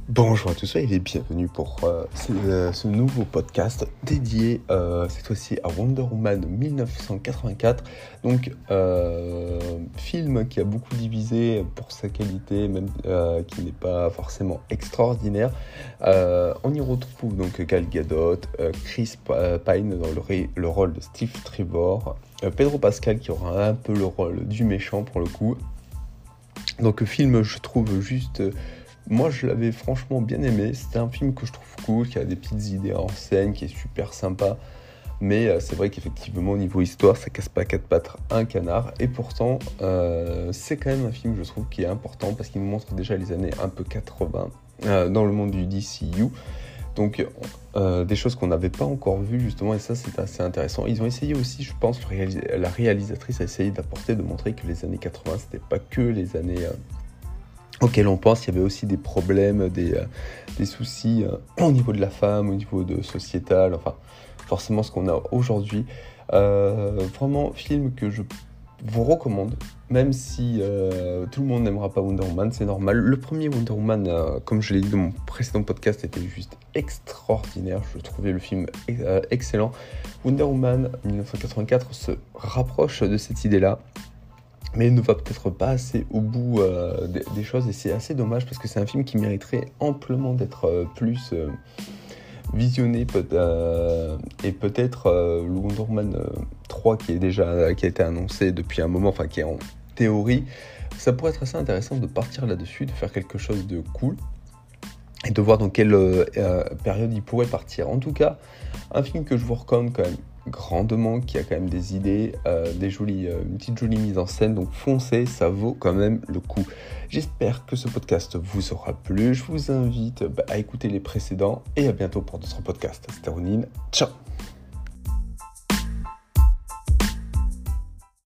Bonjour à tous et bienvenue pour ce nouveau podcast dédié cette fois-ci à Wonder Woman 1984. Donc, film qui a beaucoup divisé pour sa qualité, même qui n'est pas forcément extraordinaire. On y retrouve donc Gal Gadot, Chris Pine dans le rôle de Steve Trevor, Pedro Pascal qui aura un peu le rôle du méchant pour le coup. Donc, le film, je trouve juste... Moi, je l'avais franchement bien aimé. C'était un film que je trouve cool, qui a des petites idées en scène, qui est super sympa. Mais c'est vrai qu'effectivement, au niveau histoire, ça casse pas quatre pattes un canard. Et pourtant, c'est quand même un film, je trouve, qui est important parce qu'il nous montre déjà les années un peu 80 dans le monde du DCU. Donc, des choses qu'on n'avait pas encore vues, justement, et ça, c'est assez intéressant. Ils ont essayé aussi, je pense, la réalisatrice a essayé de montrer que les années 80, c'était pas que les années... auquel on pense, il y avait aussi des problèmes, des soucis au niveau de la femme, au niveau de sociétal, enfin, forcément ce qu'on a aujourd'hui. Vraiment, film que je vous recommande, même si tout le monde n'aimera pas Wonder Woman, c'est normal. Le premier Wonder Woman, comme je l'ai dit dans mon précédent podcast, était juste extraordinaire. Je trouvais le film excellent. Wonder Woman 1984 se rapproche de cette idée-là, mais il ne va peut-être pas assez au bout des choses, et c'est assez dommage parce que c'est un film qui mériterait amplement d'être plus visionné, et peut-être le Wonder Woman 3 qui a été annoncé depuis un moment, enfin qui est en théorie, ça pourrait être assez intéressant de partir là-dessus, de faire quelque chose de cool et de voir dans quelle période il pourrait partir. En tout cas, un film que je vous recommande quand même grandement, qui a quand même des idées, une petite jolie mise en scène, donc foncez, ça vaut quand même le coup. J'espère que ce podcast vous aura plu, je vous invite à écouter les précédents et à bientôt pour d'autres podcasts. C'était Ronin, ciao.